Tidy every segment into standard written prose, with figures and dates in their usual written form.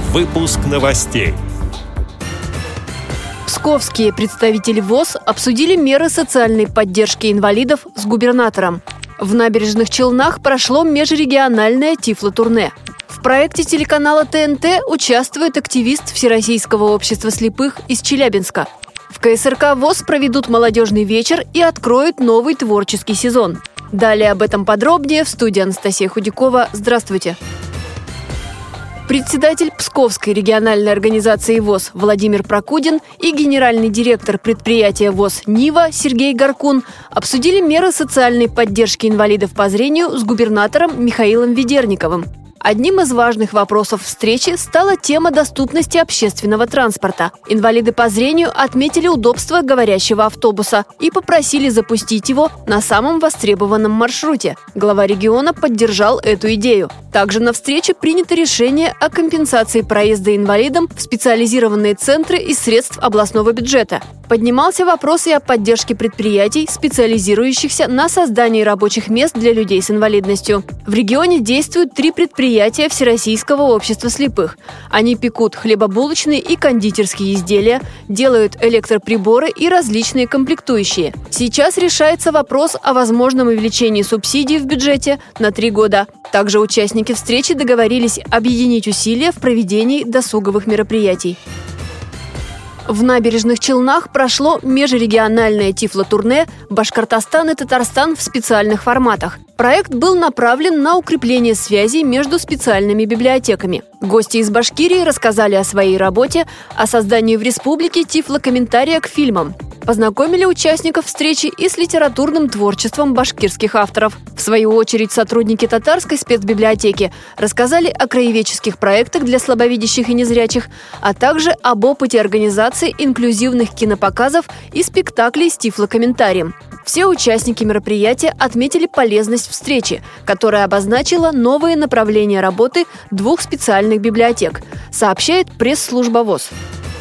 Выпуск новостей. Псковские представители ВОС обсудили меры социальной поддержки инвалидов с губернатором. В Набережных Челнах прошло межрегиональное тифлотурне. В проекте телеканала ТНТ участвует активист Всероссийского общества слепых из Челябинска. В КСРК ВОС проведут молодежный вечер и откроют новый творческий сезон. Далее об этом подробнее в студии Анастасия Худякова. Здравствуйте! Председатель Псковской региональной организации ВОС Владимир Прокудин и генеральный директор предприятия ВОС «Нива» Сергей Горкун обсудили меры социальной поддержки инвалидов по зрению с губернатором Михаилом Ведерниковым. Одним из важных вопросов встречи стала тема доступности общественного транспорта. Инвалиды по зрению отметили удобство говорящего автобуса и попросили запустить его на самом востребованном маршруте. Глава региона поддержал эту идею. Также на встрече принято решение о компенсации проезда инвалидам в специализированные центры из средств областного бюджета. Поднимался вопрос и о поддержке предприятий, специализирующихся на создании рабочих мест для людей с инвалидностью. В регионе действуют 3 предприятия Всероссийского общества слепых. Они пекут хлебобулочные и кондитерские изделия, делают электроприборы и различные комплектующие. Сейчас решается вопрос о возможном увеличении субсидий в бюджете на 3 года. Также участники встречи договорились объединить усилия в проведении досуговых мероприятий. В Набережных Челнах прошло межрегиональное тифлотурне «Башкортостан и Татарстан» в специальных форматах. Проект был направлен на укрепление связей между специальными библиотеками. Гости из Башкирии рассказали о своей работе, о создании в республике тифлокомментария к фильмам. Познакомили участников встречи и с литературным творчеством башкирских авторов. В свою очередь, сотрудники татарской спецбиблиотеки рассказали о краеведческих проектах для слабовидящих и незрячих, а также об опыте организации инклюзивных кинопоказов и спектаклей с тифлокомментарием. Все участники мероприятия отметили полезность встречи, которая обозначила новые направления работы 2 специальных библиотек, сообщает пресс-служба ВОС.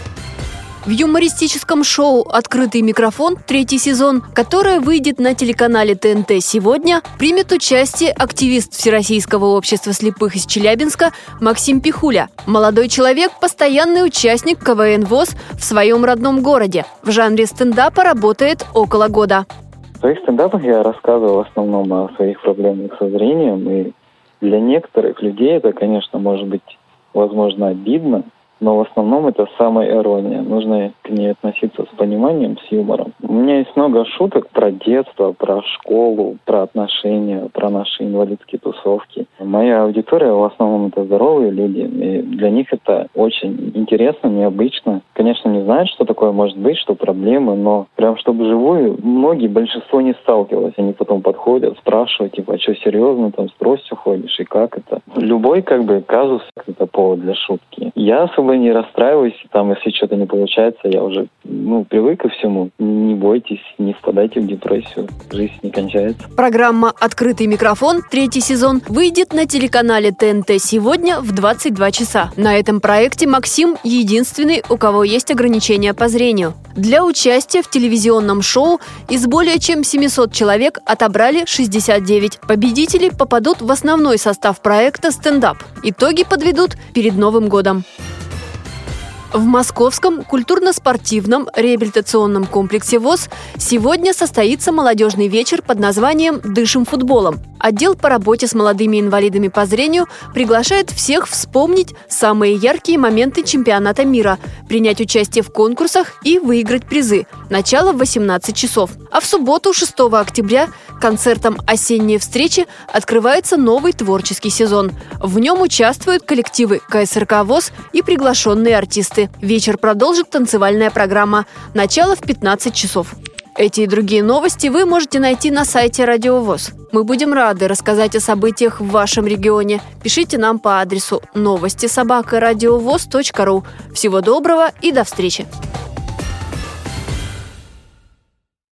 В юмористическом шоу «Открытый микрофон» 3-й сезон, которое выйдет на телеканале ТНТ сегодня, примет участие активист Всероссийского общества слепых из Челябинска Максим Пихуля. Молодой человек – постоянный участник КВН ВОС в своем родном городе. В жанре стендапа работает около года. В своих стендапах я рассказывал в основном о своих проблемах со зрением. И для некоторых людей это, конечно, может быть, возможно, обидно. Но в основном это самоирония. Нужно к ней относиться с пониманием, с юмором. У меня есть много шуток про детство, про школу, про отношения, про наши инвалидские тусовки. Моя аудитория в основном это здоровые люди. И для них это очень интересно, необычно. Конечно, не знают, что такое может быть, что проблемы, но прям чтобы вживую большинство не сталкивалось. Они потом подходят, спрашивают, типа, а что, серьезно, там, с тростью ходишь, и как это? Любой, казус – это повод для шутки. Я особо не расстраиваюсь, там, если что-то не получается, я уже, привык ко всему. Не бойтесь, не впадайте в депрессию, жизнь не кончается. Программа «Открытый микрофон» 3-й сезон выйдет на телеканале ТНТ сегодня в 22 часа. На этом проекте Максим единственный, у кого есть ограничения по зрению. Для участия в телевизионном шоу из более чем 700 человек отобрали 69. Победители попадут в основной состав проекта «Стендап». Итоги подведут перед Новым годом. В Московском культурно-спортивном реабилитационном комплексе ВОС сегодня состоится молодежный вечер под названием «Дышим футболом». Отдел по работе с молодыми инвалидами по зрению приглашает всех вспомнить самые яркие моменты чемпионата мира, принять участие в конкурсах и выиграть призы. Начало в 18 часов. А в субботу, 6 октября, концертом «Осенние встречи» открывается новый творческий сезон. В нем участвуют коллективы КСРК ВОС и приглашенные артисты. Вечер продолжит танцевальная программа. Начало в 15 часов. Эти и другие новости вы можете найти на сайте Радио ВОС. Мы будем рады рассказать о событиях в вашем регионе. Пишите нам по адресу новости@радиовос.ру. Всего доброго и до встречи!